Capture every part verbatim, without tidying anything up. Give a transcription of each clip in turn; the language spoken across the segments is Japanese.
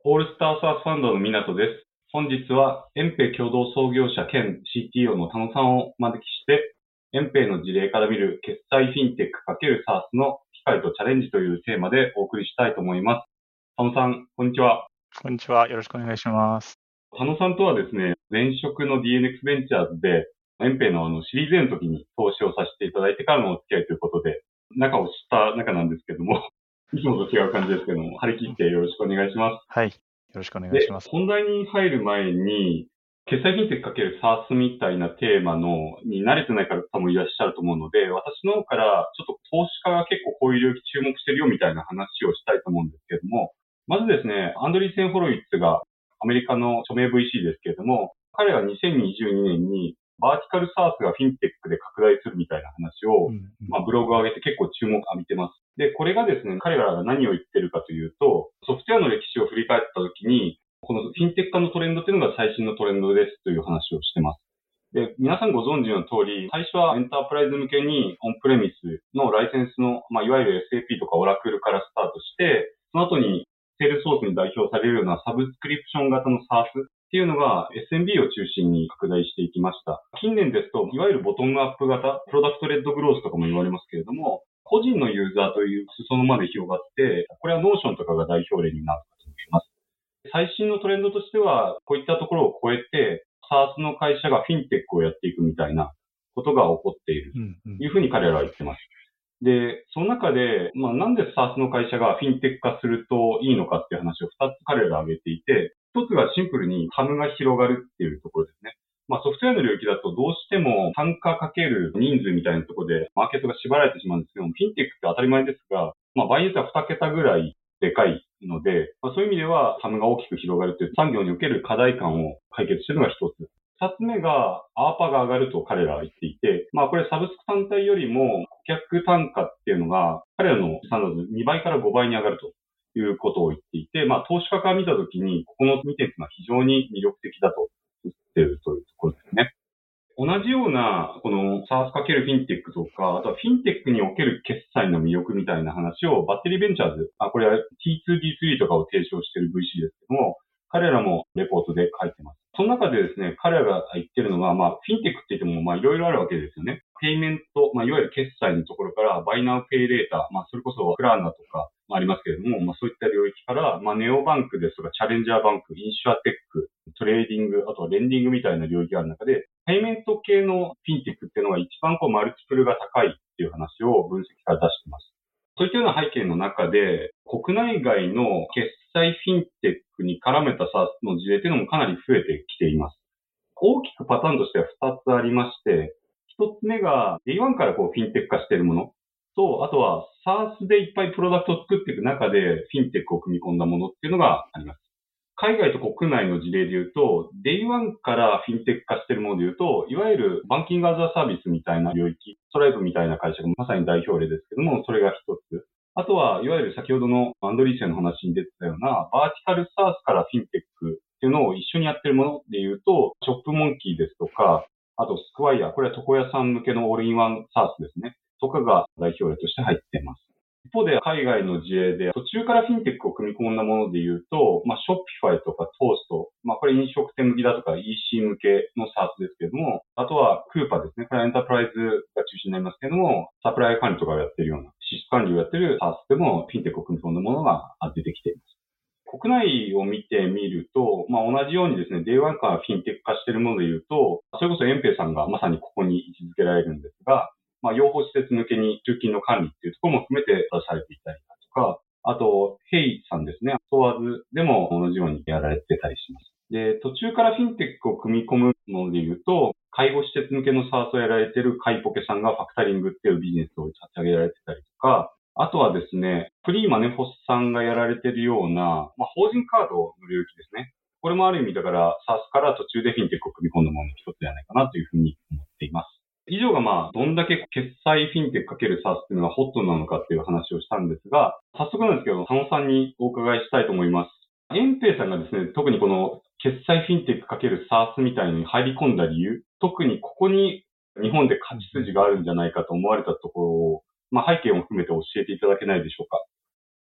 オールスターサースファンドの港です。本日はエンペイ共同創業者兼 シーティーオー の田野さんをお招きして、エンペイの事例から見る決済フィンテック×サースの機会とチャレンジというテーマでお送りしたいと思います。田野さん、こんにちは。 こんにちは。よろしくお願いします。 田野さんとはですね、前職の ディーエヌエックス ベンチャーズで、エンペイのあのシリーズ A の時に投資をさせていただいてからのお付き合いということで、中を知った中なんですけども、いつもと違う感じですけども、張り切ってよろしくお願いします。 はい。よろしくお願いします。 で、本題に入る前に、決済フィンテック×サースみたいなテーマのに慣れてない方もいらっしゃると思うので、私の方からちょっと投資家が結構こういう領域注目してるよみたいな話をしたいと思うんですけれども、まずですね、アンドリーセン・ホロイッツがアメリカの著名 ブイシー ですけれども、彼がにせんにじゅうにねんにバーティカルサースがフィンテックで拡大するみたいな話を、うんうん、まあ、ブログを上げて結構注目を浴びてます。で、これがですね、彼らが何を言ってるかというと、ソフトウェアの歴史を振り返ったときに、このフィンテック化のトレンドというのが最新のトレンドですという話をしてます。で、皆さんご存知の通り、最初はエンタープライズ向けにオンプレミスのライセンスの、まあ、いわゆる エスエーピー とかオラクルからスタートして、その後にセールスソースに代表されるようなサブスクリプション型の サース っていうのが エスエムビー を中心に拡大していきました。近年ですと、いわゆるボトムアップ型、プロダクトレッドグロースとかも言われますけれども、個人のユーザーという裾野まで広がって、これはノーションとかが代表例になるかと思います。最新のトレンドとしては、こういったところを超えて、サース の会社がフィンテックをやっていくみたいなことが起こっているというふうに彼らは言ってます。で、その中で、まあ、なんで サース の会社がフィンテック化するといいのかっていう話をふたつ彼らは挙げていて、ひとつがシンプルにハムが広がるっていうところですね。まあ、ソフトウェアの領域だとどうしても単価かける人数みたいなところでマーケットが縛られてしまうんですけども、フィンテックって当たり前ですが、まあ、場合によってはに桁ぐらいでかいので、まあ、そういう意味ではハムが大きく広がるという産業における課題感を解決しているのが一つ。二つ目が、アーパが上がると彼らは言っていて、まあこれサブスク単体よりも顧客単価っていうのが彼らのスタンダードにばいからごばいに上がるということを言っていて、まあ投資家から見たときにここのにてんというのは非常に魅力的だと言っているというところですね。同じような、この サース× フィンテックとか、あとはフィンテックにおける決済の魅力みたいな話をバッテリーベンチャーズ、あ、これは ティーツーディースリー とかを提唱している ブイシー ですけども、彼らもレポートで書いてます。その中でですね、彼らが言ってるのが、まあ、フィンテックって言っても、まあ、いろいろあるわけですよね。ペイメント、まあ、いわゆる決済のところから、バイナウペイレーター、まあ、それこそクラーナとかもありますけれども、まあ、そういった領域から、まあ、ネオバンクですとか、チャレンジャーバンク、インシュアテック、トレーディング、あとはレンディングみたいな領域がある中で、ペイメント系のフィンテックっていうのが一番こう、マルチプルが高いっていう話を分析から出しています。そういったような背景の中で、国内外の決済フィンテックに絡めた サース の事例というのもかなり増えてきています。大きくパターンとしてはふたつありまして、ひとつめが ディーワン からこうフィンテック化しているものと、あとは サース でいっぱいプロダクトを作っていく中でフィンテックを組み込んだものっていうのがあります。海外と国内の事例で言うと、デイワン からフィンテック化しているもので言うと、いわゆるバンキングアザーサービスみたいな領域、ストライプみたいな会社がまさに代表例ですけども、それが一つ。あとは、いわゆる先ほどのアンドリーセンの話に出てたような、バーティカルサースからフィンテックっていうのを一緒にやってるもので言うと、ショップモンキーですとか、あとスクワイヤー、これは床屋さん向けのオールインワンサースですね。とかが代表例として入っています。一方で海外の事例で途中からフィンテックを組み込んだもので言うと、まあ、ショッピファイとかトースト、まあ、これ飲食店向きだとか イーシー 向けのサースですけれども、あとはクーパーですね。これはエンタープライズが中心になりますけれども、サプライ管理とかをやってるような、支出管理をやってるサースでもフィンテックを組み込んだものが出てきています。国内を見てみると、まあ、同じようにですね、デイワン からフィンテック化しているもので言うと、それこそエンペイさんがまさにここに位置づけられるんですが、まあ、養蜂施設向けに中金の管理っていうところも含めて出されていたりだとか、あと、ヘイさんですね、トワーズでも同じようにやられてたりします。で、途中からフィンテックを組み込むもので言うと、介護施設向けのサースをやられているカイポケさんがファクタリングっていうビジネスを立ち上げられてたりとか、あとはですね、フリーマネフォスさんがやられているような、まあ、法人カードの領域ですね。これもある意味だから、サース から途中でフィンテックを組み込んだものの一つではないかなというふうに思っています。以上がまあ、どんだけ決済フィンテック×サースっていうのがホットなのかっていう話をしたんですが、早速なんですけど、佐野さんにお伺いしたいと思います。エンペイさんがですね、特にこの決済フィンテック×サースみたいに入り込んだ理由、特にここに日本で勝ち筋があるんじゃないかと思われたところを、まあ背景も含めて教えていただけないでしょうか。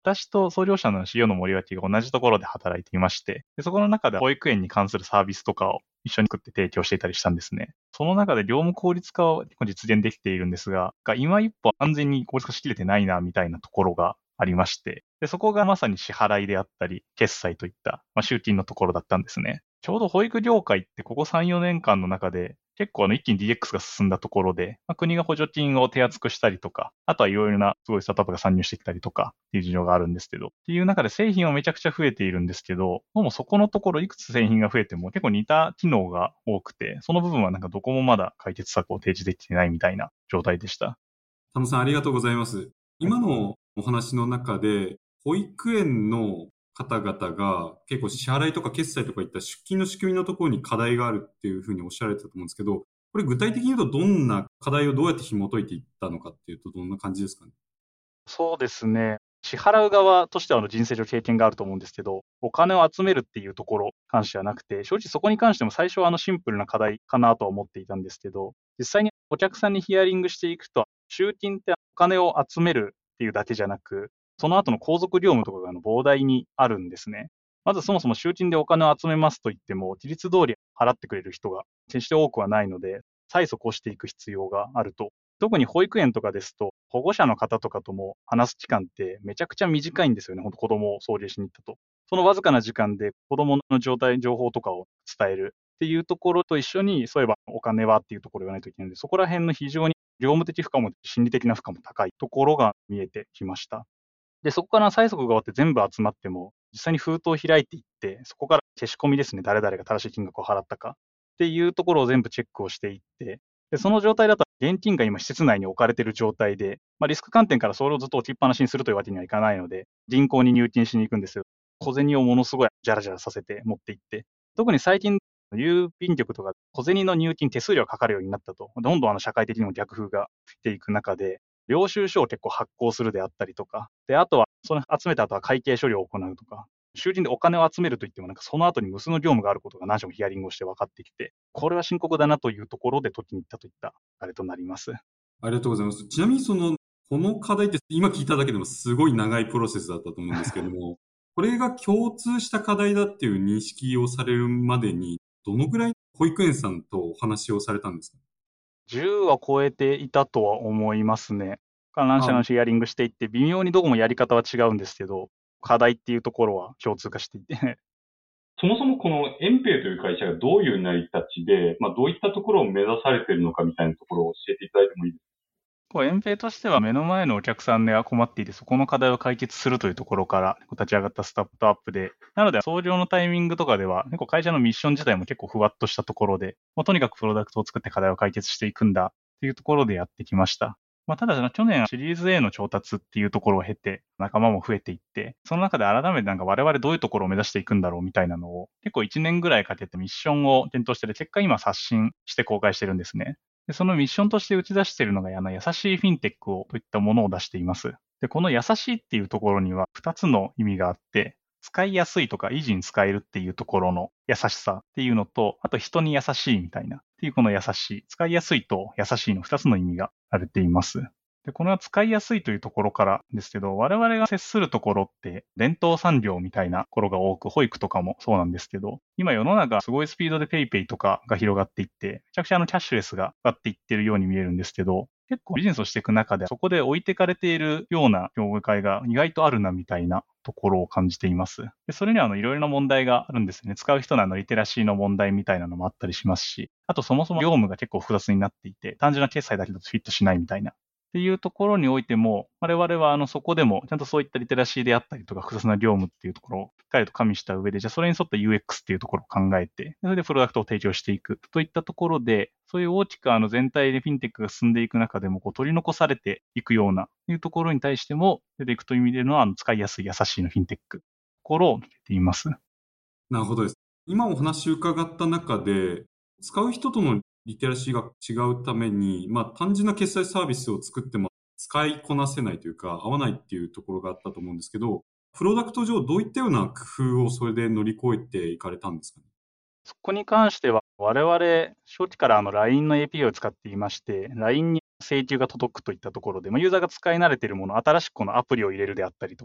私と創業者の シーイーオー の森脇が同じところで働いていまして、でそこの中で保育園に関するサービスとかを一緒に作って提供していたりしたんですね。その中で業務効率化は結構実現できているんですが、今一歩安全に効率化しきれてないなみたいなところがありまして、でそこがまさに支払いであったり、決済といった、まあ、集金のところだったんですね。ちょうど保育業界ってここさん、よねんかんの中で結構あの一気に ディーエックス が進んだところで、まあ、国が補助金を手厚くしたりとか、あとはいろいろなすごいスタートアップが参入してきたりとかっていう事情があるんですけど、っていう中で製品はめちゃくちゃ増えているんですけど、どうもそこのところいくつ製品が増えても結構似た機能が多くて、その部分はなんかどこもまだ解決策を提示できてないみたいな状態でした。 田野さん、ありがとうございます。今のお話の中で、保育園の方々が結構支払いとか決済とかいった出金の仕組みのところに課題があるっていうふうにおっしゃられてたと思うんですけど、これ具体的に言うとどんな課題をどうやって紐解いていったのかっていうとどんな感じですかね。 そうですね。支払う側としてはあの人生上経験があると思うんですけど、お金を集めるっていうところに関してはなくて、正直そこに関しても最初はあのシンプルな課題かなとは思っていたんですけど、実際にお客さんにヒアリングしていくと、集金ってお金を集めるっていうだけじゃなく、その後の後続業務とかがあの膨大にあるんですね。まずそもそも集金でお金を集めますと言っても、規律通り払ってくれる人が決して多くはないので、催促をしていく必要があると。特に保育園とかですと、保護者の方とかとも話す期間ってめちゃくちゃ短いんですよね。本当子供を送迎しに行ったと。そのわずかな時間で子供の状態、情報とかを伝えるっていうところと一緒に、そういえばお金はっていうところを言わないといけないので、そこら辺の非常に業務的負荷も心理的な負荷も高いところが見えてきました。で、そこから催促が終わって全部集まっても、実際に封筒を開いていって、そこから消し込みですね、誰々が正しい金額を払ったかっていうところを全部チェックをしていって、でその状態だと現金が今施設内に置かれている状態で、まあ、リスク観点からそれをずっと置きっぱなしにするというわけにはいかないので、銀行に入金しに行くんですよ。小銭をものすごいジャラジャラさせて持って行って、特に最近、郵便局とか小銭の入金手数料がかかるようになったと、どんどんあの社会的にも逆風が来ていく中で、領収書を結構発行するであったりとか、で、あとは、その集めた後は会計処理を行うとか、集金でお金を集めるといっても、なんかその後に無数の業務があることが何社もヒアリングをして分かってきて、これは深刻だなというところで解きに行ったといったあれとなります。 ありがとうございます。ちなみにその、この課題って今聞いただけでもすごい長いプロセスだったと思うんですけども、これが共通した課題だっていう認識をされるまでに、どのぐらい保育園さんとお話をされたんですか？ じゅうは超えていたとは思いますね。何社のシェアリングしていって、微妙にどこもやり方は違うんですけど、課題っていうところは共通化していてそもそもこのエンペイという会社がどういう成り立ちで、まあ、どういったところを目指されているのかみたいなところを教えていただいてもいいですか？ こう、エンペイとしては目の前のお客さんが困っていて、そこの課題を解決するというところから立ち上がったスタートアップで、なので、創業のタイミングとかでは、結構会社のミッション自体も結構ふわっとしたところで、もうとにかくプロダクトを作って課題を解決していくんだっていうところでやってきました。まあ、ただ、去年シリーズ A の調達っていうところを経て、仲間も増えていって、その中で改めてなんか我々どういうところを目指していくんだろうみたいなのを、結構いちねんぐらいかけてミッションを検討してて、結果今刷新して公開してるんですね。でそのミッションとして打ち出しているのが、あの、優しいフィンテックをといったものを出しています。で、この優しいっていうところにはふたつの意味があって、使いやすいとか維持に使えるっていうところの優しさっていうのと、あと人に優しいみたいなっていうこの優しい、使いやすいと優しいのふたつの意味があるっています。で、これは使いやすいというところからですけど、我々が接するところって伝統産業みたいなところが多く、保育とかもそうなんですけど、今世の中すごいスピードでペイペイとかが広がっていって、めちゃくちゃあのキャッシュレスが上がっていってるように見えるんですけど、結構ビジネスをしていく中でそこで置いてかれているような業界が意外とあるなみたいなところを感じています。でそれにはあのいろいろな問題があるんですね。使う人のあのリテラシーの問題みたいなのもあったりしますし、あとそもそも業務が結構複雑になっていて、単純な決済だけだとフィットしないみたいなっていうところにおいても、我々はあのそこでもちゃんとそういったリテラシーであったりとか複雑な業務っていうところをしっかりと加味した上で、じゃあそれに沿った ユーエックス っていうところを考えて、それでプロダクトを提供していくといったところで、そういう大きくあの全体でフィンテックが進んでいく中でもこう取り残されていくようないうところに対しても出ていくという意味でのあの使いやすい優しいのフィンテックところを見ています。 なるほどです。今お話伺った中で、使う人とのリテラシーが違うために、まあ単純な決済サービスを作っても使いこなせないというか、合わないっていうところがあったと思うんですけど、プロダクト上どういったような工夫をそれで乗り越えていかれたんですかね？ そこに関しては、我々、初期からあの ライン の エーピーアイ を使っていまして、ライン に請求が届くといったところで、まあ、ユーザーが使い慣れているもの、新しくこのアプリを入れるであったりとか、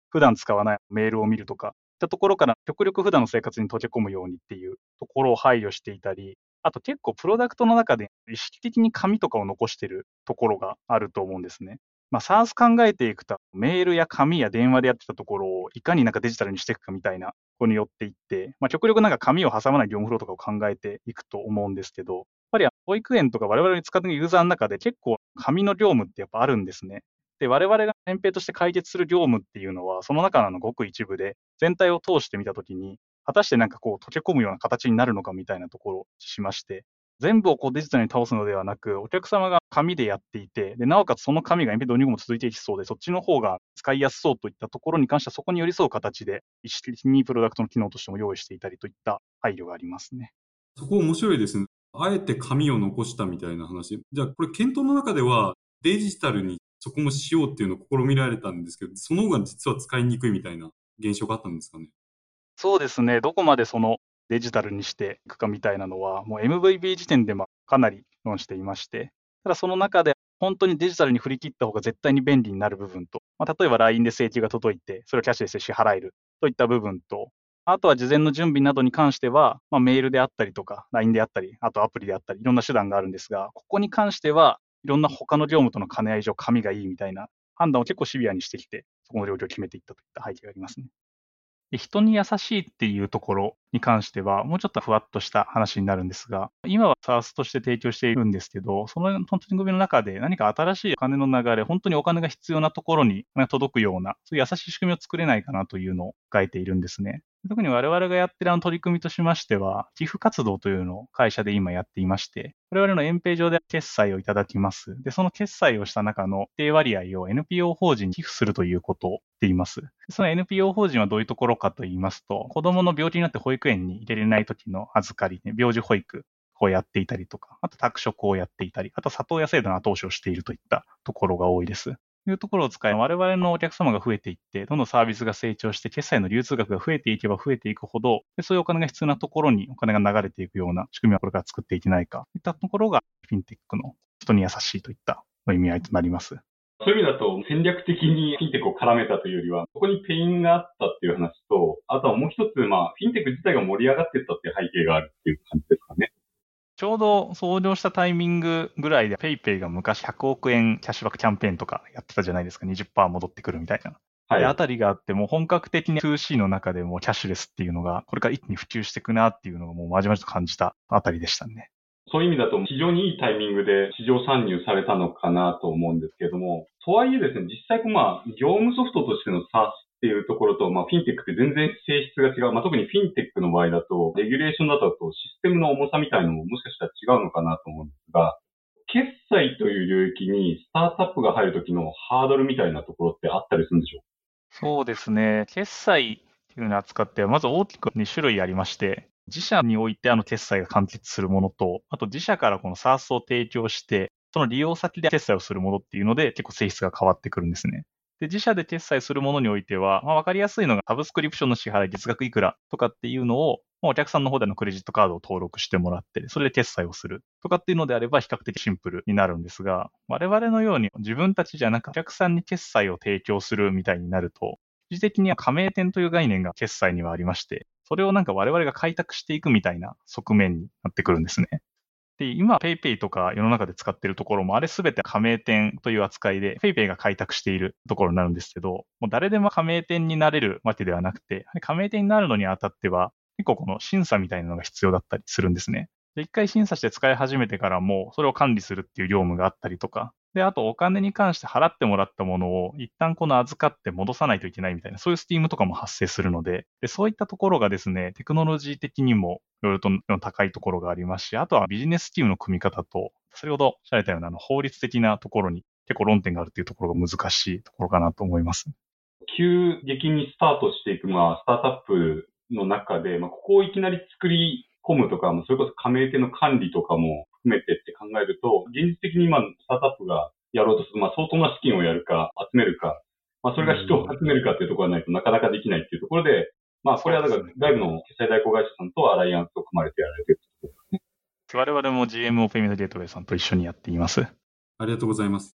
普段使わないメールを見るとか、いったところから極力普段の生活に溶け込むようにっていうところを配慮していたり、あと結構プロダクトの中で意識的に紙とかを残しているところがあると思うんですね。まあ、SaaS 考えていくと、メールや紙や電話でやってたところをいかになんかデジタルにしていくかみたいなここによっていって、まあ、極力なんか紙を挟まない業務フローとかを考えていくと思うんですけど、やっぱり保育園とか我々に使っているユーザーの中で結構紙の業務ってやっぱあるんですね。で、我々が扁平として解決する業務っていうのは、その中のごく一部で、全体を通してみたときに、果たしてなんかこう溶け込むような形になるのかみたいなところをしまして、全部をこうデジタルに倒すのではなく、お客様が紙でやっていて、で、なおかつその紙がエンベッドに後も続いていきそうで、そっちの方が使いやすそうといったところに関しては、そこに寄り添う形で、意識的にプロダクトの機能としても用意していたりといった配慮がありますね。 そこ面白いですね。あえて紙を残したみたいな話。じゃあ、これ検討の中ではデジタルにそこもしようっていうのを試みられたんですけど、その方が実は使いにくいみたいな現象があったんですかね。 そうですね。どこまでそのデジタルにしていくかみたいなのは、もう エムブイピー 時点でまあかなり論していまして、ただその中で本当にデジタルに振り切った方が絶対に便利になる部分と、まあ、例えば ライン で請求が届いて、それをキャッシュレスで支払えるといった部分と、あとは事前の準備などに関しては、まあ、メールであったりとか、ライン であったり、あとアプリであったり、いろんな手段があるんですが、ここに関しては、いろんな他の業務との兼ね合い上、紙がいいみたいな判断を結構シビアにしてきて、そこの領域を決めていったといった背景がありますね。で、人に優しいっていうところに関しては、もうちょっとふわっとした話になるんですが、今は SaaS として提供しているんですけど、その本当に組の中で何か新しいお金の流れ、本当にお金が必要なところに届くような、そういう優しい仕組みを作れないかなというのを書いているんですね。特に我々がやっているあの取り組みとしましては、寄付活動というのを会社で今やっていまして、我々のエンページ上で決済をいただきます。で、その決済をした中の一定割合を エヌピーオー 法人に寄付するということを言います。その エヌピーオー 法人はどういうところかと言いますと、子供の病気になって保育園に入れれない時の預かり、ね、病児保育をやっていたりとか、あと宅食をやっていたり、あと里親制度の後押しをしているといったところが多いです。というところを使い、我々のお客様が増えていって、どんどんサービスが成長して、決済の流通額が増えていけば増えていくほど、そういうお金が必要なところにお金が流れていくような仕組みをこれから作っていけないか、といったところが、フィンテックの人に優しいといった意味合いとなります。 そういう意味だと戦略的にフィンテックを絡めたというよりは、ここにペインがあったっていう話と、あとはもう一つ、まあ、フィンテック自体が盛り上がっていったっていう背景があるっていう感じですかね。 ちょうど創業したタイミングぐらいで PayPay が昔ひゃくおくえんキャッシュバックキャンペーンとかやってたじゃないですか。にじゅっパーセント戻ってくるみたいな。はい。で、あたりがあって、もう本格的に ツーシー の中でもキャッシュレスっていうのが、これから一気に普及していくなっていうのがもうまじまじと感じたあたりでしたね。 そういう意味だと非常にいいタイミングで市場参入されたのかなと思うんですけれども、とはいえですね、実際まあ、業務ソフトとしての SaaS っていうところと、まあ、フィンテックって全然性質が違う。まあ、特にフィンテックの場合だと、レギュレーションだとシステムの重さみたいなのももしかしたら違うのかなと思うんですが、決済という領域にスタートアップが入るときのハードルみたいなところってあったりするんでしょうか？ そうですね。決済っていうのを扱っては、まず大きくに種類ありまして、自社においてあの決済が完結するものと、あと自社からこの SaaS を提供して、その利用先で決済をするものっていうので結構性質が変わってくるんですね。で、自社で決済するものにおいては、まあ、わかりやすいのがサブスクリプションの支払い月額いくらとかっていうのを、お客さんの方でのクレジットカードを登録してもらって、それで決済をするとかっていうのであれば比較的シンプルになるんですが、我々のように自分たちじゃなくお客さんに決済を提供するみたいになると、一時的には加盟店という概念が決済にはありまして、それをなんか我々が開拓していくみたいな側面になってくるんですね。で、今 PayPay とか世の中で使っているところもあれすべて加盟店という扱いで PayPay が開拓しているところになるんですけど、もう誰でも加盟店になれるわけではなくて、加盟店になるのにあたっては結構この審査みたいなのが必要だったりするんですね。で、一回審査して使い始めてからもそれを管理するっていう業務があったりとか、で、あとお金に関して払ってもらったものを一旦この預かって戻さないといけないみたいな、そういうスティームとかも発生するので、でそういったところがですね、テクノロジー的にもいろいろと高いところがありますし、あとはビジネスチームの組み方と、先ほどおっしゃられたようなあの法律的なところに結構論点があるというところが難しいところかなと思います。 急激にスタートしていく、まあ、スタートアップの中で、まあ、ここをいきなり作り込むとか、それこそ加盟店の管理とかも含めてって考えると、現実的に今、スタートアップがやろうとする、まあ、相当な資金をやるか、集めるか、まあ、それが人を集めるかっていうところがないとなかなかできないっていうところで、まあ、これはだから外部の決済代行会社さんとアライアンスを組まれてやられているということですね。 我々も ジーエムオー ペイメントゲートウェイさんと一緒にやっています。 ありがとうございます。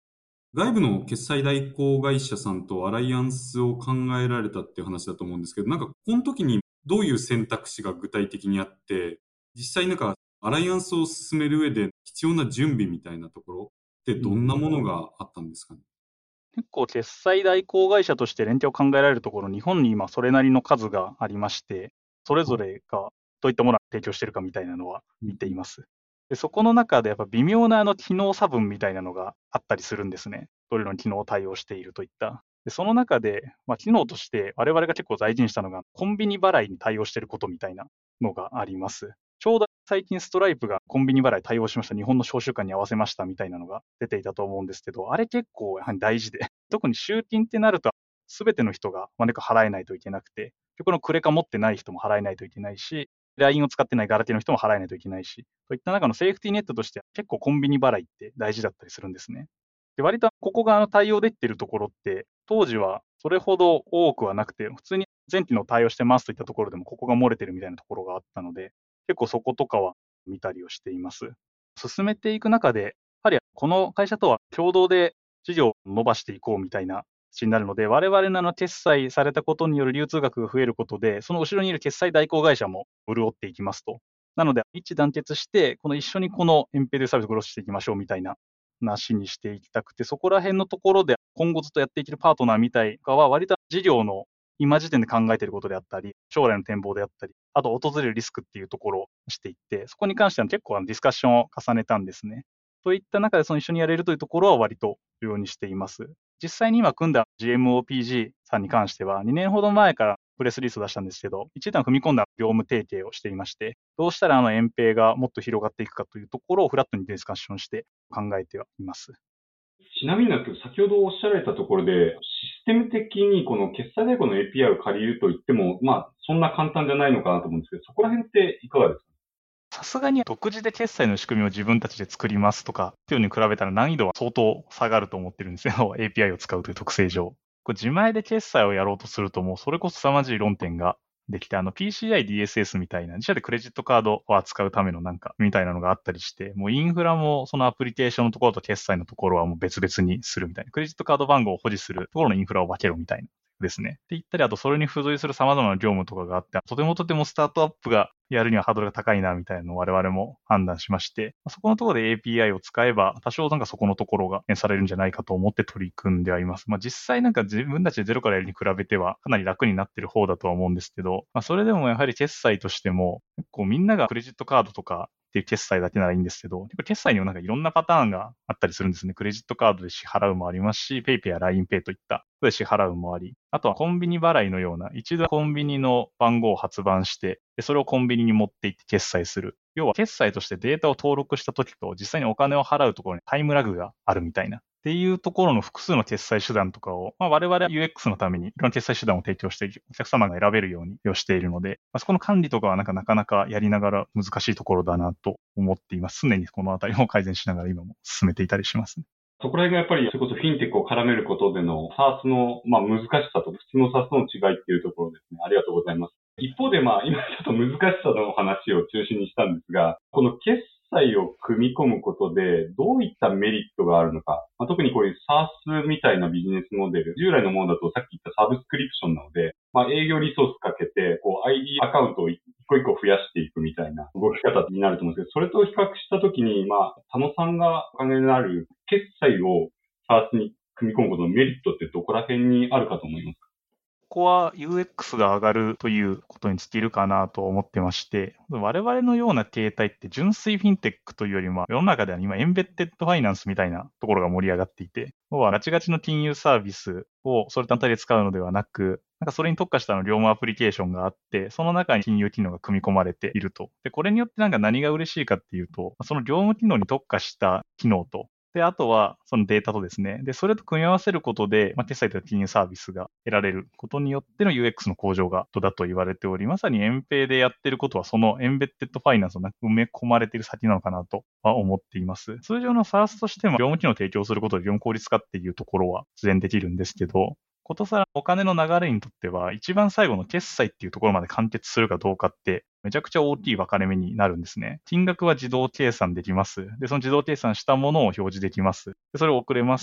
外部の決済代行会社さんとアライアンスを考えられたっていう話だと思うんですけど、なんかこの時にどういう選択肢が具体的にあって、実際なんかアライアンスを進める上で必要な準備みたいなところってどんなものがあったんですかね。 結構決済代行会社として連携を考えられるところ、日本に今それなりの数がありまして、それぞれがどういったものを提供しているかみたいなのは見ています。でそこの中でやっぱ微妙なあの機能差分みたいなのがあったりするんですね。どれの機能を対応しているといった。でその中で、まあ、機能として我々が結構大事にしたのが、コンビニ払いに対応していることみたいなのがあります。ちょうど最近ストライプがコンビニ払い対応しました、日本の商習慣に合わせましたみたいなのが出ていたと思うんですけど、あれ結構やはり大事で、特に集金ってなると、すべての人がマネカ払えないといけなくて、結局のクレカ持ってない人も払えないといけないし、ライン を使ってないガラケーの人も払えないといけないし、といった中のセーフティーネットとして結構コンビニ払いって大事だったりするんですね。で割とここがあの対応できているところって、当時はそれほど多くはなくて、普通に全機能対応してますといったところでもここが漏れてるみたいなところがあったので、結構そことかは見たりをしています。進めていく中で、やはりこの会社とは共同で事業を伸ばしていこうみたいな形になるので、我々のあの決済されたことによる流通額が増えることで、その後ろにいる決済代行会社も潤っていきますと。なので、一致団結して、この一緒にこのエンペイでサービスをグロースしていきましょうみたいな話にしていきたくて、そこら辺のところで今後ずっとやっていけるパートナーみたいかは、割と事業の今時点で考えていることであったり、将来の展望であったり、あと訪れるリスクっていうところをしていって、そこに関しては結構ディスカッションを重ねたんですね。そういった中でその一緒にやれるというところは割と重要にしています。実際に今組んだ ジーエムオーピージー さんに関しては、にねんほど前からプレスリリースを出したんですけど、一段踏み込んだ業務提携をしていまして、どうしたらあの延平がもっと広がっていくかというところをフラットにディスカッションして考えてはいます。 ちなみになんですけど、先ほどおっしゃられたところで、システム的にこの決済代行の エーピーアイ を借りると言っても、まあ、そんな簡単じゃないのかなと思うんですけど、そこら辺っていかがですか？ さすがに独自で決済の仕組みを自分たちで作りますとかっていうのに比べたら難易度は相当下がると思ってるんですよ。エーピーアイ を使うという特性上。これ自前で決済をやろうとするともうそれこそ凄まじい論点ができて、あの ピーシーアイディーエスエス みたいな自社でクレジットカードを扱うためのなんかみたいなのがあったりして、もうインフラもそのアプリケーションのところと決済のところはもう別々にするみたいな。クレジットカード番号を保持するところのインフラを分けろみたいな。ですね。って言ったり、あとそれに付随する様々な業務とかがあって、とてもとてもスタートアップがやるにはハードルが高いなみたいなのを我々も判断しまして、そこのところで エーピーアイ を使えば、多少なんかそこのところがされるんじゃないかと思って取り組んではいます。まあ実際なんか自分たちでゼロからやるに比べてはかなり楽になってる方だとは思うんですけど、まあそれでもやはり決済としても、結構みんながクレジットカードとかっていう決済だけならいいんですけど、決済にもなんかいろんなパターンがあったりするんですね。クレジットカードで支払うもありますし、PayPay や ラインペイ といったで支払うもあり、あとはコンビニ払いのような、一度コンビニの番号を発番して、でそれをコンビニに持って行って決済する。要は決済としてデータを登録した時と実際にお金を払うところにタイムラグがあるみたいな。っていうところの複数の決済手段とかを、まあ、我々は ユーエックス のためにいろんな決済手段を提供してお客様が選べるようにしているので、まあ、そこの管理とかはなんかなかなかやりながら難しいところだなと思っています。常にこのあたりを改善しながら今も進めていたりしますね。 そこら辺がやっぱり、それこそフィンテックを絡めることでの SaaS の、まあ、難しさと普通の SaaS の違いっていうところですね。ありがとうございます。一方で、まあ、今ちょっと難しさの話を中心にしたんですが、この決済を組み込むことで、どういったメリットがあるのか、まあ、特にこういう SaaS みたいなビジネスモデル、従来のものだとさっき言ったサブスクリプションなので、まあ、営業リソースかけて、こう アイディー アカウントを一個一個増やしていくみたいな動き方になると思うんですけど、それと比較したときに、まあ、佐野さんがお考えになる決済をSaaS に組み込むことのメリットってどこら辺にあるかと思いますか？ ここは ユーエックス が上がるということに尽きるかなと思ってまして、我々のような形態って純粋フィンテックというよりも、世の中では今エンベッテッドファイナンスみたいなところが盛り上がっていて、要はガチガチの金融サービスをそれ単体で使うのではなく、なんかそれに特化したの業務アプリケーションがあって、その中に金融機能が組み込まれていると。で、これによってなんか何が嬉しいかっていうと、その業務機能に特化した機能と、で、あとは、そのデータとですね。で、それと組み合わせることで、まあ、決済という金融サービスが得られることによっての ユーエックス の向上が、とだと言われており、まさにエンペイでやってることは、そのエンベッテッドファイナンスを埋め込まれている先なのかなとは思っています。通常の SaaS としても、業務機能を提供することで業務効率化っていうところは自然できるんですけど、ことさらお金の流れにとっては、一番最後の決済っていうところまで完結するかどうかって、めちゃくちゃ大きい分かれ目になるんですね。金額は自動計算できます。で、その自動計算したものを表示できます。で、それを送れます。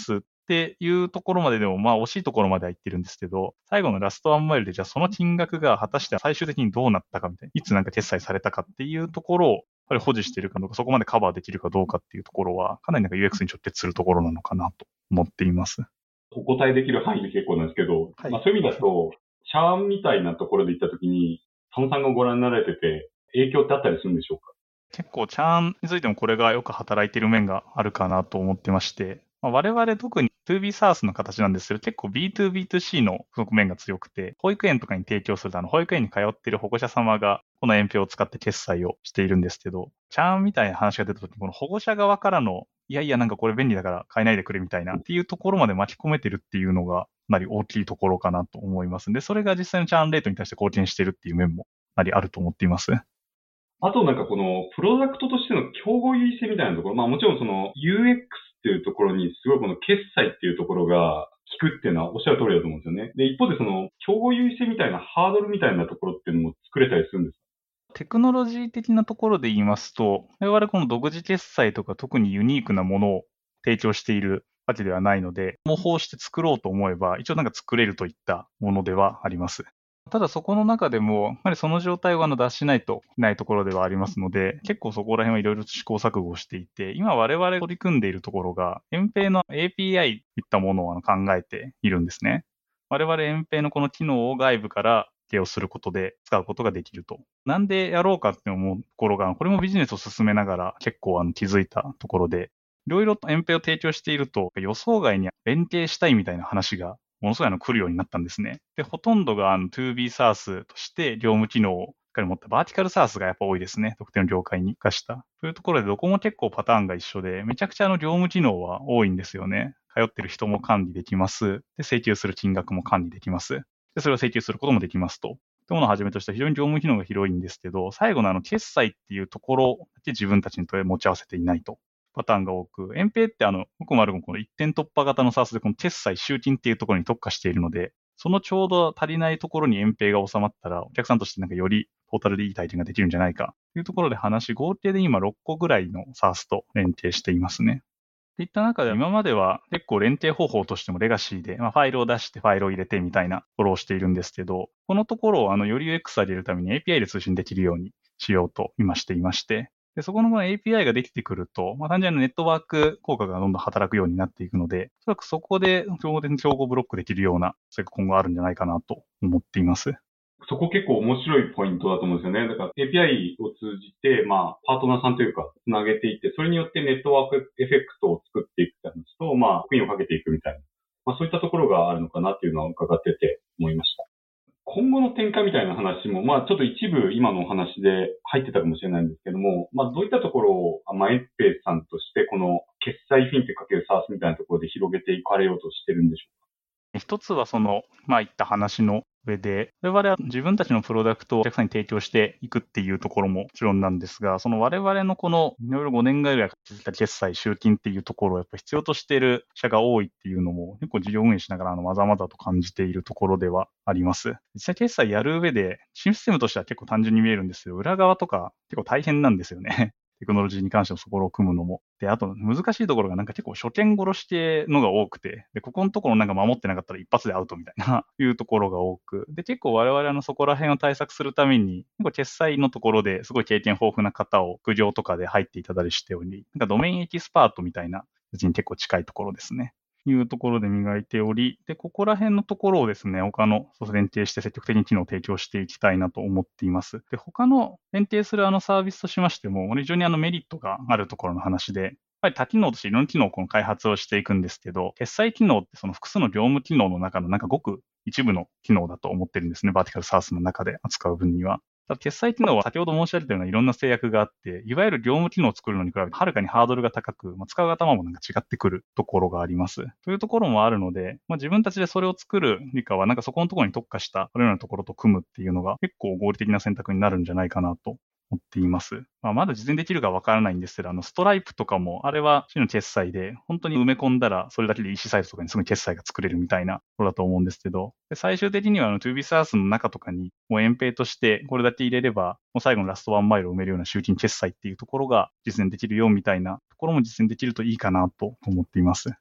っていうところまででも、まあ惜しいところまでは行ってるんですけど、最後のラストワンマイルでじゃあその金額が果たして最終的にどうなったかみたいな、いつなんか決済されたかっていうところを、やっぱり保持しているかどうか、そこまでカバーできるかどうかっていうところは、かなりなんか ユーエックス に直結するところなのかなと思っています。 お答えできる範囲で結構なんですけど、はい、まあそういう意味だと、チャームみたいなところで行ったときに、佐野さんがご覧になられてて、影響ってあったりするんでしょうか？ 結構チャームについてもこれがよく働いている面があるかなと思ってまして、まあ、我々特に ツービー サース の形なんですけど、結構 ビーツービーツーシー の側面が強くて、保育園とかに提供すると、あの保育園に通っている保護者様がこの延票を使って決済をしているんですけど、チャームみたいな話が出た時に、この保護者側からの、いやいやなんかこれ便利だから買えないでくれみたいなっていうところまで巻き込めてるっていうのが、かなり大きいところかなと思いますんで、それが実際のチャームレートに対して貢献しているっていう面もかなりあると思っています。 あとなんかこのプロダクトとしての競合優位性みたいなところ、まあもちろんその ユーエックス っていうところにすごいこの決済っていうところが効くっていうのはおっしゃる通りだと思うんですよね。で、一方でその競合優位性みたいなハードルみたいなところっていうのも作れたりするんですか？ テクノロジー的なところで言いますと、我々この独自決済とか特にユニークなものを提供しているわけではないので、模倣して作ろうと思えば一応なんか作れるといったものではあります。ただそこの中でも、やはりその状態をあの出しないといないところではありますので、結構そこら辺はいろいろ試行錯誤していて、今我々取り組んでいるところが、エンペイの エーピーアイ といったものを考えているんですね。我々エンペイのこの機能を外部から提供することで使うことができると。なんでやろうかって思うところが、これもビジネスを進めながら結構あの気づいたところで、いろいろとエンペイを提供していると、予想外に連携したいみたいな話がものすごいあの来るようになったんですね。で、ほとんどがあの ツービー サース として業務機能をしっかり持ったバーティカルサースがやっぱ多いですね。特定の業界に活かした。というところでどこも結構パターンが一緒で、めちゃくちゃあの業務機能は多いんですよね。通ってる人も管理できます。で、請求する金額も管理できます。で、それを請求することもできますと。というものをはじめとした非常に業務機能が広いんですけど、最後のあの決済っていうところだけ自分たちに持ち合わせていないと。パターンが多く、エンペイってあの、僕もあるこの一点突破型のサースでこの決済集金っていうところに特化しているので、そのちょうど足りないところにエンペイが収まったら、お客さんとしてなんかよりトータルでいい体験ができるんじゃないかというところで話、合計で今ろっこぐらいのサースと連携していますね。っていった中で今までは結構連携方法としてもレガシーで、まあ、ファイルを出してファイルを入れてみたいなところをしているんですけど、このところをあのより ユーエックス 上げるために エーピーアイ で通信できるようにしようと今していまして、でそこの エーピーアイ ができてくると、まあ、単純にネットワーク効果がどんどん働くようになっていくので、おそらくそこで競合的に競合ブロックできるような、それが今後あるんじゃないかなと思っています。 そこ結構面白いポイントだと思うんですよね。だから エーピーアイ を通じて、まあ、パートナーさんというか、つなげていって、それによってネットワークエフェクトを作っていくって話と、まあ、クイーンをかけていくみたいな。まあ、そういったところがあるのかなっていうのは伺ってて思いました。今後の展開みたいな話も、まあ、ちょっと一部今のお話で入ってたかもしれないんですけども、まあ、どういったところを、まあ、エンペイさんとして、この決済フィンテック×サースみたいなところで広げていかれようとしてるんでしょうか？ 一つはその、まあ、言った話の上で、我々は自分たちのプロダクトをお客さんに提供していくっていうところももちろんなんですが、その我々のこのいろいろごねんぐらい続いた決済、集金っていうところをやっぱ必要としている社が多いっていうのも結構事業運営しながらあのまざまざと感じているところではあります。実際決済やる上でシステムとしては結構単純に見えるんですけど、裏側とか結構大変なんですよね。テクノロジーに関してのそこを組むのも。で、あと難しいところがなんか結構初見殺し系のが多くて、で、ここのところなんか守ってなかったら一発でアウトみたいないうところが多く、で、結構我々のそこら辺を対策するために、結構決済のところですごい経験豊富な方を苦情とかで入っていただいたりしており、なんかドメインエキスパートみたいなうちに結構近いところですね。いうところで磨いており、で、ここら辺のところをですね、他の連携して積極的に機能を提供していきたいなと思っています。で、他の連携するあのサービスとしましても、非常にあのメリットがあるところの話で、やっぱり多機能としていろんな機能をこの開発をしていくんですけど、決済機能ってその複数の業務機能の中のなんかごく一部の機能だと思ってるんですね。バーティカルサースの中で扱う分には。決済機能は先ほど申し上げたようないろんな制約があって、いわゆる業務機能を作るのに比べてはるかにハードルが高く、まあ、使う頭もなんか違ってくるところがあります。というところもあるので、まあ、自分たちでそれを作るよりかは、なんかそこのところに特化したこのようなところと組むっていうのが結構合理的な選択になるんじゃないかなと思っています。まあ、まだ実現できるかわからないんですけど、あの、ストライプとかも、あれは、種の決済で、本当に埋め込んだら、それだけで イーシー サイトとかにすぐ決済が作れるみたいなところだと思うんですけど、で最終的には、あの、ツービー サースの中とかに、もうエンペイとして、これだけ入れれば、もう最後のラストワンマイルを埋めるような集金決済っていうところが実現できるよみたいなところも実現できるといいかなと思っています。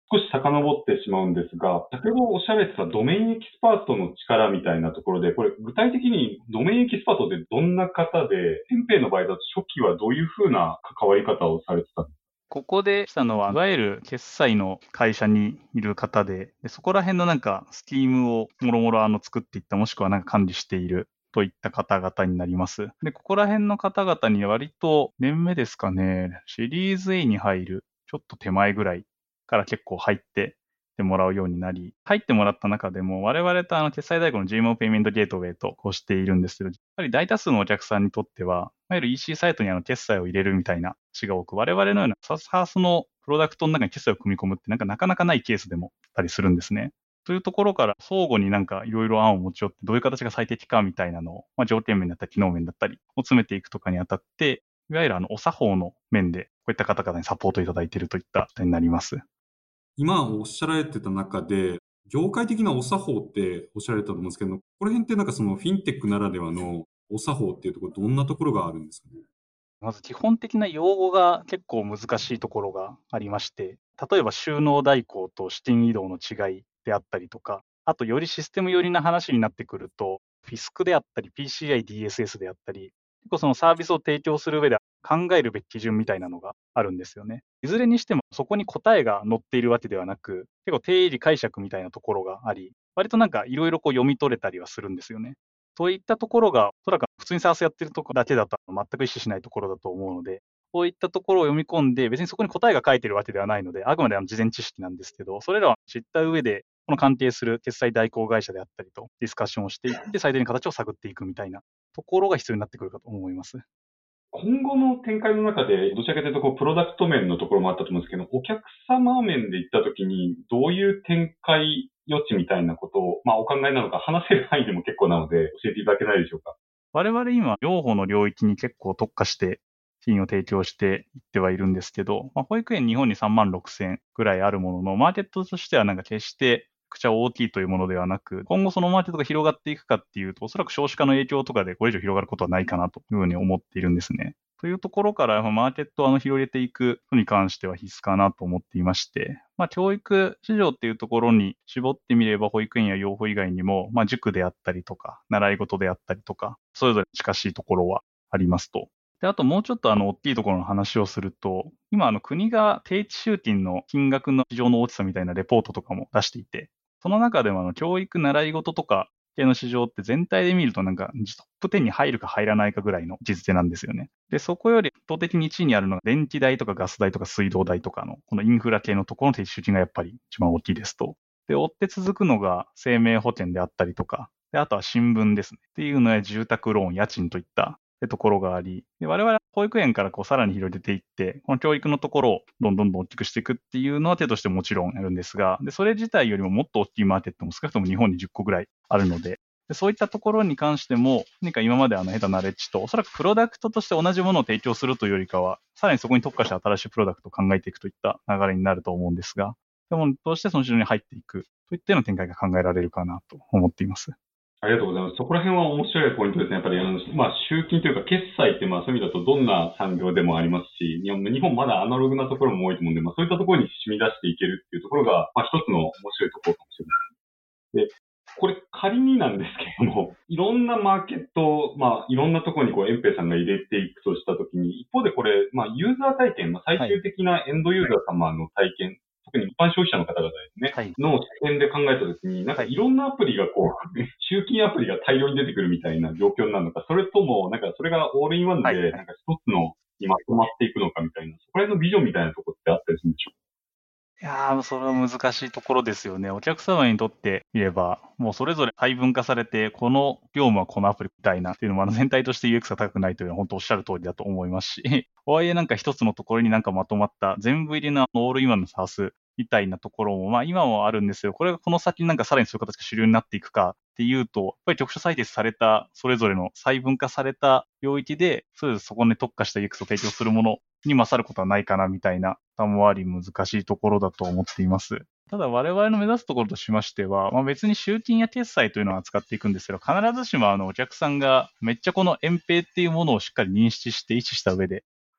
少し遡ってしまうんですが、先ほどおっしゃられてたドメインエキスパートの力みたいなところで、これ具体的にドメインエキスパートってどんな方で、テンペイの場合だと初期はどういうふうな関わり方をされてたんですか？ ここでしたのは、いわゆる決済の会社にいる方で、でそこら辺のなんかスキームをもろもろあの作っていった、もしくはなんか管理しているといった方々になります。で、ここら辺の方々に割と年目ですかね、シリーズ A に入る、ちょっと手前ぐらいから結構入っててもらうようになり、入ってもらった中でも、我々とあの決済代行の ジーエムオー ペイメントゲートウェイとこうしているんですけど、やっぱり大多数のお客さんにとっては、いわゆる イーシー サイトにあの決済を入れるみたいな話が多く、我々のような SaaS のプロダクトの中に決済を組み込むってなんかなかなかないケースでもあったりするんですね。というところから相互になんかいろいろ案を持ち寄ってどういう形が最適かみたいなのを、まあ、条件面だったり機能面だったりを詰めていくとかにあたって、いわゆるあのお作法の面でこういった方々にサポートいただいているといった点になります。 今おっしゃられてた中で、業界的なお作法っておっしゃられたと思うんですけど、この辺ってなんかそのフィンテックならではのお作法っていうところ、どんなところがあるんですかね？ まず基本的な用語が結構難しいところがありまして、例えば収納代行と資金移動の違いであったりとか、あとよりシステム寄りな話になってくると、フィスクであったり ピーシーアイディーエスエス であったり、結構そのサービスを提供する上で考えるべき基準みたいなのがあるんですよね。いずれにしてもそこに答えが載っているわけではなく、結構定義解釈みたいなところがあり、割となんかいろいろこう読み取れたりはするんですよね。そういったところが、おそらく普通に SaaS やってるところだけだと全く意識しないところだと思うので、こういったところを読み込んで、別にそこに答えが書いてるわけではないので、あくまであの事前知識なんですけど、それらを知った上で、この関係する決済代行会社であったりとディスカッションをしていって、最大に形を探っていくみたいなところが必要になってくるかと思います。 今後の展開の中で、どちらかというとこうプロダクト面のところもあったと思うんですけど、お客様面で行ったときに、どういう展開余地みたいなことを、まあ、お考えなのか、話せる範囲でも結構なので、教えていただけないでしょうか。 我々今、両方の領域に結構特化して金を提供していってはいるんですけど、まあ、保育園日本にさんまんろくせんぐらいあるものの、マーケットとしてはなんか決してめちゃくちゃ大きいというものではなく、今後そのマーケットが広がっていくかっていうと、おそらく少子化の影響とかでこれ以上広がることはないかなというふうに思っているんですね。というところから、マーケットをあの広げていくことに関しては必須かなと思っていまして、まあ、教育市場っていうところに絞ってみれば、保育園や養護以外にも、まあ、塾であったりとか、習い事であったりとか、それぞれ近しいところはありますと。で、あともうちょっとあの、大きいところの話をすると、今あの、国が定期集金の金額の市場の大きさみたいなレポートとかも出していて、その中でもあの、教育習い事とか系の市場って全体で見るとなんかトップじゅうに入るか入らないかぐらいの位置づけなんですよね。で、そこより圧倒的にいちいにあるのが電気代とかガス代とか水道代とかのこのインフラ系のところの定期集金がやっぱり一番大きいですと。で、追って続くのが生命保険であったりとか、で、あとは新聞ですね。っていうのや住宅ローン、家賃といったところがあり、で我々は保育園からこうさらに広げていって、この教育のところをどんどんどん大きくしていくっていうのは手としてもちろんあるんですが、でそれ自体よりももっと大きいマーケットも少なくとも日本にじゅっこぐらいあるので、でそういったところに関しても、何か今まであの下手なレッジと、おそらくプロダクトとして同じものを提供するというよりかは、さらにそこに特化した新しいプロダクトを考えていくといった流れになると思うんですが、でもどうしてその市場に入っていくといったような展開が考えられるかなと思っています。 ありがとうございます。そこら辺は面白いポイントですね。やっぱりあの、まあ、集金というか決済ってまあそういう意味だとどんな産業でもありますし、日本日本まだアナログなところも多いと思うんで、まあそういったところに染み出していけるっていうところが、まあ一つの面白いところかもしれない。で、これ仮になんですけれども、いろんなマーケット、まあいろんなところにこうエンペイさんが入れていくとしたときに、一方でこれ、まあユーザー体験、まあ最終的なエンドユーザー様の体験、はい特に一般消費者の方々ですね、はい、の視点で考えたときに、なんかいろんなアプリがこう、集金アプリが大量に出てくるみたいな状況なのか、それとも、なんかそれがオールインワンで、なんか一つのにまとまっていくのかみたいな、そこら辺のビジョンみたいなところってあったりするんでしょうか？ いやー、それは難しいところですよね。お客様にとってみれば、もうそれぞれ配分化されて、この業務はこのアプリみたいなっていうのも、全体として ユーエックス が高くないというのは本当おっしゃる通りだと思いますし、とはいえなんか一つのところになんかまとまった全部入りのオールインワンの SaaS みたいなところも、まあ今もあるんですよ。これがこの先なんかさらにそういう形が主流になっていくかっていうと、やっぱり局所採決された、それぞれの細分化された領域で、それぞれそこに特化した ユーエックス を提供するものに勝ることはないかなみたいな、もあり難しいところだと思っています。ただ我々の目指すところとしましては、まあ、別に集金や決済というのは扱っていくんですけど、必ずしもあのお客さんがめっちゃこのエンペイっていうものをしっかり認識して意識した上で、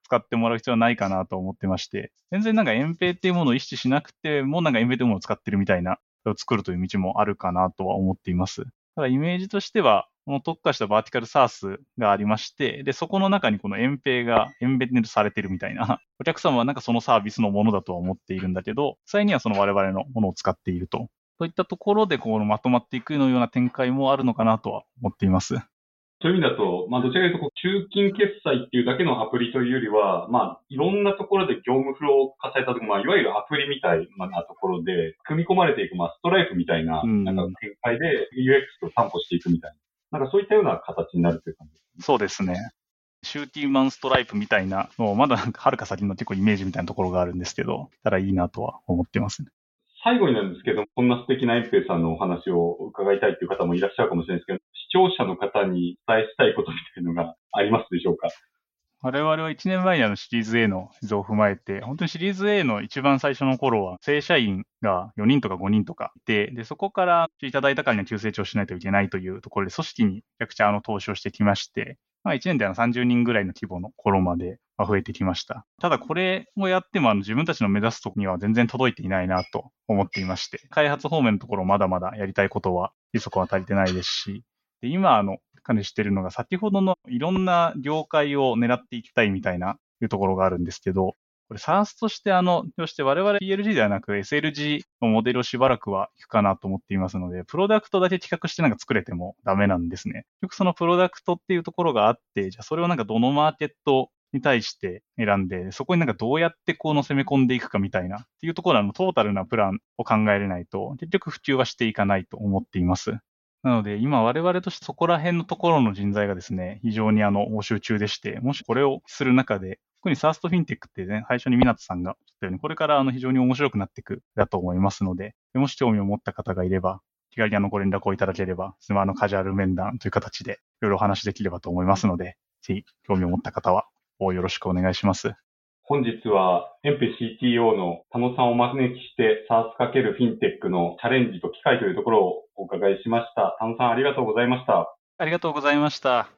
使ってもらう必要はないかなと思ってまして、全然なんかエンペイっていうものを意識しなくても、なんかエンペイというものを使ってるみたいな、を作るという道もあるかなとは思っています。ただイメージとしては、この特化したバーティカルサースがありまして、で、そこの中にこのエンペイがエンベッドされてるみたいな、お客様はなんかそのサービスのものだとは思っているんだけど、実際にはその我々のものを使っていると。そういったところで、このまとまっていくような展開もあるのかなとは思っています。 そういう意味だと、まあ、どちらかというとこう、中金決済っていうだけのアプリというよりは、まあ、いろんなところで業務フロー化されたところ、まあ、いわゆるアプリみたいなところで、組み込まれていく、まあ、ストライプみたいな、なんか展開で ユーエックス を担保していくみたいな、なんかそういったような形になるという感じですね。 そうですね。シューティーマンストライプみたいなのを、まだなんかはるか先の結構イメージみたいなところがあるんですけど、たらいいなとは思ってますね。 最後になんですけど、こんな素敵なエンペイさんのお話を伺いたいという方もいらっしゃるかもしれないですけど、視聴者の方に伝えしたいことみたいなのがありますでしょうか？ 我々はいちねんまえにあのシリーズ A の図を踏まえて、本当にシリーズ A の一番最初の頃は、正社員がよにんとかごにんとかいて、で、そこからいただいたからには急成長しないといけないというところで、組織にめちゃくちゃあの投資をしてきまして、まあいちねんであのさんじゅうにんぐらいの規模の頃まで増えてきました。ただこれをやってもあの自分たちの目指すところには全然届いていないなと思っていまして、開発方面のところまだまだやりたいことは、利息は足りてないですし、で今あの、かなりしてるのが、先ほどのいろんな業界を狙っていきたいみたいないうところがあるんですけど、これ SaaS としてあの、そして我々 ピーエルジー ではなく エスエルジー のモデルをしばらくは行くかなと思っていますので、プロダクトだけ企画してなんか作れてもダメなんですね。結局そのプロダクトっていうところがあって、じゃあそれをなんかどのマーケットに対して選んで、そこになんかどうやってこの攻め込んでいくかみたいなっていうところのトータルなプランを考えれないと、結局普及はしていかないと思っています。なので、今我々としてそこら辺のところの人材がですね、非常にあの、募集中でして、もしこれをする中で、特にサーストフィンテックってね、最初に湊さんが言ったように、これからあの、非常に面白くなっていくだと思いますので、もし興味を持った方がいれば、気軽にあの、ご連絡をいただければ、スマのカジュアル面談という形で、いろいろお話できればと思いますので、ぜひ興味を持った方は、よろしくお願いします。 本日はエンペイ シーティーオー の田野さんをお招きして SaaS× フィンテックのチャレンジと機会というところをお伺いしました。田野さんありがとうございました。 ありがとうございました。